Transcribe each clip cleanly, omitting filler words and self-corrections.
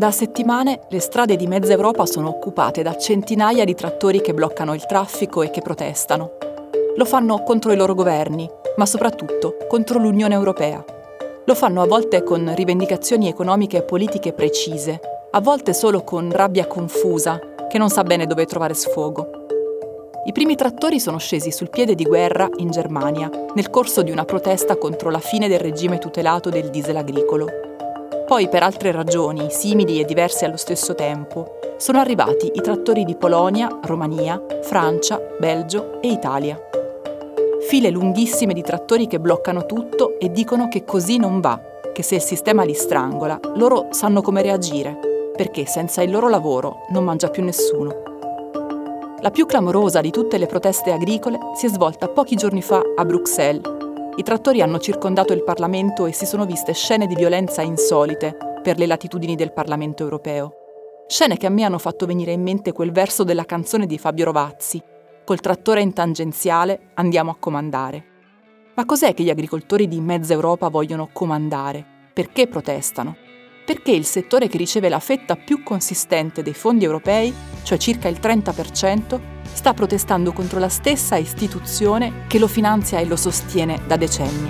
Da settimane le strade di mezza Europa sono occupate da centinaia di trattori che bloccano il traffico e che protestano. Lo fanno contro i loro governi, ma soprattutto contro l'Unione Europea. Lo fanno a volte con rivendicazioni economiche e politiche precise, a volte solo con rabbia confusa, che non sa bene dove trovare sfogo. I primi trattori sono scesi sul piede di guerra in Germania, nel corso di una protesta contro la fine del regime tutelato del diesel agricolo. Poi, per altre ragioni, simili e diverse allo stesso tempo, sono arrivati i trattori di Polonia, Romania, Francia, Belgio e Italia. File lunghissime di trattori che bloccano tutto e dicono che così non va, che se il sistema li strangola, loro sanno come reagire, perché senza il loro lavoro non mangia più nessuno. La più clamorosa di tutte le proteste agricole si è svolta pochi giorni fa a Bruxelles. I trattori hanno circondato il Parlamento e si sono viste scene di violenza insolite per le latitudini del Parlamento europeo. Scene che a me hanno fatto venire in mente quel verso della canzone di Fabio Rovazzi: col trattore in tangenziale andiamo a comandare. Ma cos'è che gli agricoltori di mezza Europa vogliono comandare? Perché protestano? Perché il settore che riceve la fetta più consistente dei fondi europei, cioè circa il 30%, sta protestando contro la stessa istituzione che lo finanzia e lo sostiene da decenni.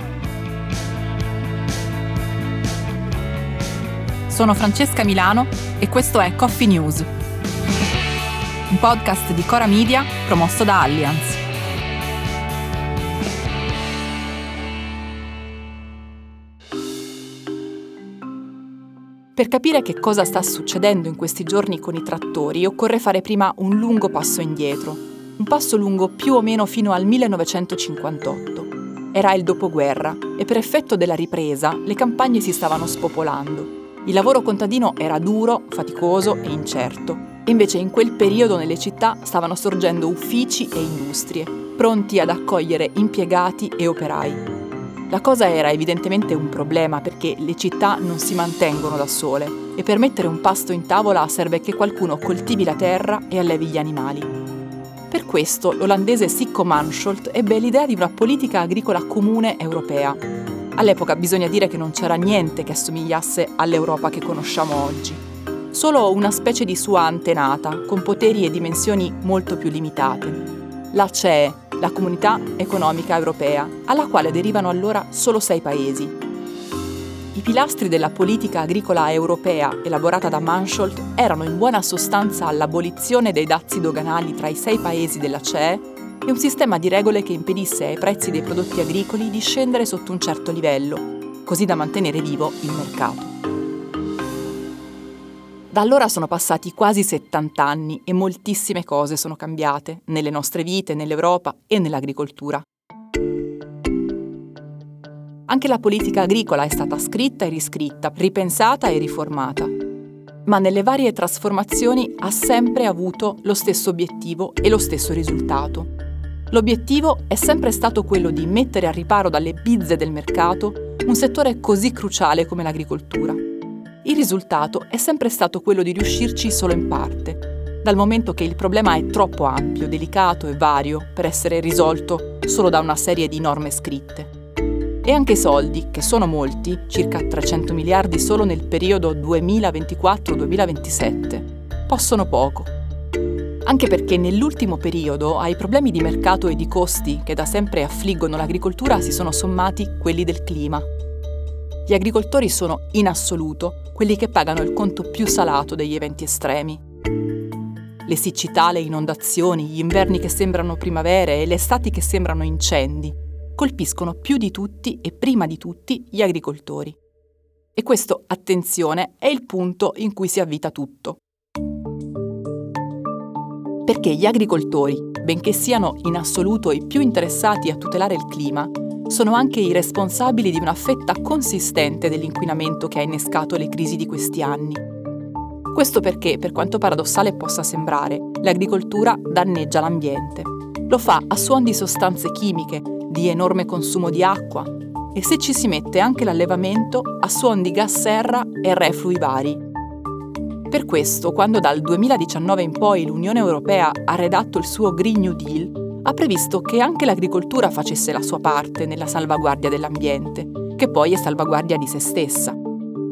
Sono Francesca Milano e questo è Coffee News, un podcast di Cora Media promosso da Allianz. Per capire che cosa sta succedendo in questi giorni con i trattori, occorre fare prima un lungo passo indietro. Un passo lungo più o meno fino al 1958. Era il dopoguerra e per effetto della ripresa le campagne si stavano spopolando. Il lavoro contadino era duro, faticoso e incerto. E invece in quel periodo nelle città stavano sorgendo uffici e industrie, pronti ad accogliere impiegati e operai. La cosa era evidentemente un problema perché le città non si mantengono da sole e per mettere un pasto in tavola serve che qualcuno coltivi la terra e allevi gli animali. Per questo l'olandese Sicko Mansholt ebbe l'idea di una politica agricola comune europea. All'epoca bisogna dire che non c'era niente che assomigliasse all'Europa che conosciamo oggi. Solo una specie di sua antenata, con poteri e dimensioni molto più limitate. La CEE, la Comunità Economica Europea, alla quale derivano allora solo 6 paesi. I pilastri della politica agricola europea elaborata da Mansholt erano in buona sostanza l'abolizione dei dazi doganali tra i 6 paesi della CEE e un sistema di regole che impedisse ai prezzi dei prodotti agricoli di scendere sotto un certo livello, così da mantenere vivo il mercato. Da allora sono passati quasi 70 anni e moltissime cose sono cambiate nelle nostre vite, nell'Europa e nell'agricoltura. Anche la politica agricola è stata scritta e riscritta, ripensata e riformata. Ma nelle varie trasformazioni ha sempre avuto lo stesso obiettivo e lo stesso risultato. L'obiettivo è sempre stato quello di mettere a riparo dalle bizze del mercato un settore così cruciale come l'agricoltura. Il risultato è sempre stato quello di riuscirci solo in parte, dal momento che il problema è troppo ampio, delicato e vario per essere risolto solo da una serie di norme scritte. E anche i soldi, che sono molti, circa 300 miliardi solo nel periodo 2024-2027, possono poco. Anche perché nell'ultimo periodo ai problemi di mercato e di costi che da sempre affliggono l'agricoltura si sono sommati quelli del clima. Gli agricoltori sono, in assoluto, quelli che pagano il conto più salato degli eventi estremi. Le siccità, le inondazioni, gli inverni che sembrano primavere e le estati che sembrano incendi colpiscono più di tutti e prima di tutti gli agricoltori. E questo, attenzione, è il punto in cui si avvita tutto. Perché gli agricoltori, benché siano in assoluto i più interessati a tutelare il clima, sono anche i responsabili di una fetta consistente dell'inquinamento che ha innescato le crisi di questi anni. Questo perché, per quanto paradossale possa sembrare, l'agricoltura danneggia l'ambiente. Lo fa a suon di sostanze chimiche, di enorme consumo di acqua e se ci si mette anche l'allevamento a suon di gas serra e reflui vari. Per questo, quando dal 2019 in poi l'Unione Europea ha redatto il suo Green New Deal, ha previsto che anche l'agricoltura facesse la sua parte nella salvaguardia dell'ambiente, che poi è salvaguardia di se stessa.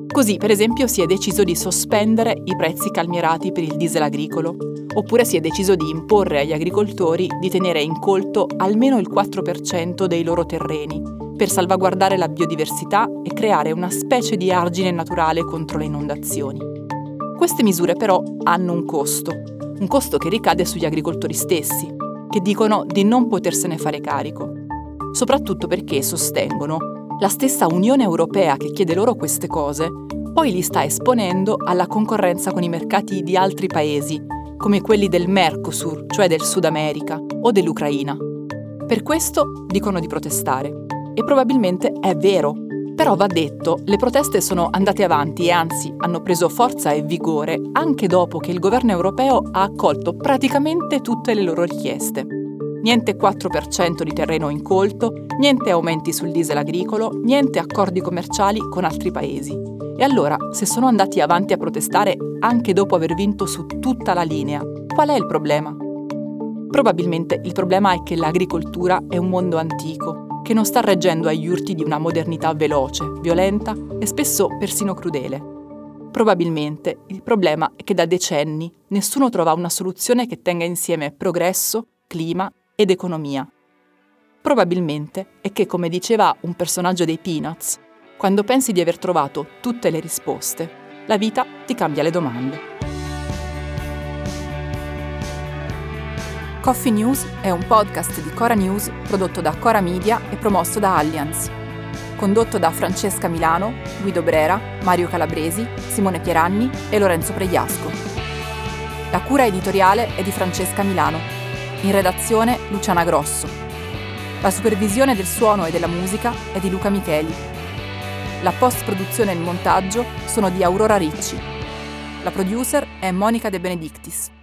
Così, per esempio, si è deciso di sospendere i prezzi calmierati per il diesel agricolo, oppure si è deciso di imporre agli agricoltori di tenere incolto almeno il 4% dei loro terreni, per salvaguardare la biodiversità e creare una specie di argine naturale contro le inondazioni. Queste misure però hanno un costo che ricade sugli agricoltori stessi, che dicono di non potersene fare carico, soprattutto perché sostengono la stessa Unione Europea che chiede loro queste cose, poi li sta esponendo alla concorrenza con i mercati di altri paesi, come quelli del Mercosur, cioè del Sud America, o dell'Ucraina. Per questo dicono di protestare. E probabilmente è vero. Però va detto, le proteste sono andate avanti e anzi hanno preso forza e vigore anche dopo che il governo europeo ha accolto praticamente tutte le loro richieste. Niente 4% di terreno incolto, niente aumenti sul diesel agricolo, niente accordi commerciali con altri paesi. E allora, se sono andati avanti a protestare anche dopo aver vinto su tutta la linea, qual è il problema? Probabilmente il problema è che l'agricoltura è un mondo antico, che non sta reggendo agli urti di una modernità veloce, violenta e spesso persino crudele. Probabilmente il problema è che da decenni nessuno trova una soluzione che tenga insieme progresso, clima ed economia. Probabilmente è che, come diceva un personaggio dei Peanuts, quando pensi di aver trovato tutte le risposte, la vita ti cambia le domande. Coffee News è un podcast di Cora News prodotto da Cora Media e promosso da Allianz. Condotto da Francesca Milano, Guido Brera, Mario Calabresi, Simone Pieranni e Lorenzo Pregliasco. La cura editoriale è di Francesca Milano. In redazione Luciana Grosso. La supervisione del suono e della musica è di Luca Micheli. La post-produzione e il montaggio sono di Aurora Ricci. La producer è Monica De Benedictis.